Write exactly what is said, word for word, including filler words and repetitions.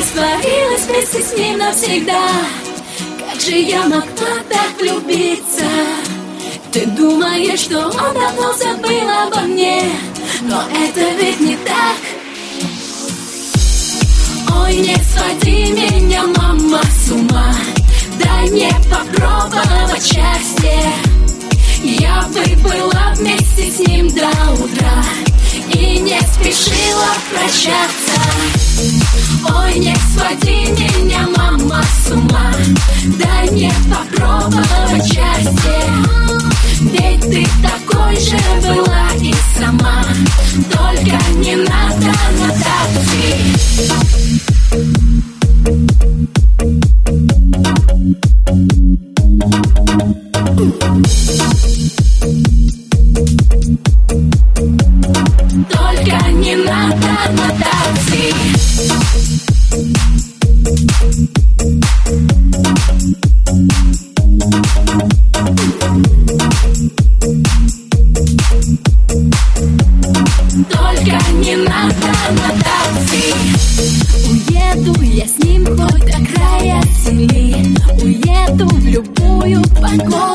растворилась вместе с ним навсегда. Как же я могла так влюбиться? Ты думаешь, что он давно забыл обо мне, но это ведь не так. Ой, не своди меня, мама, с ума. Дай мне попробовать счастье. Я бы была вместе с ним до утра и не спешила прощаться. Ой, не своди меня, мама, с ума. Дай мне попробовать счастье. Ведь ты такой же была и сама. Только не надо на такси. Только не надо на такси. Только не надо на такси. Уеду я с ним хоть до края земли. Уеду в любую погоду.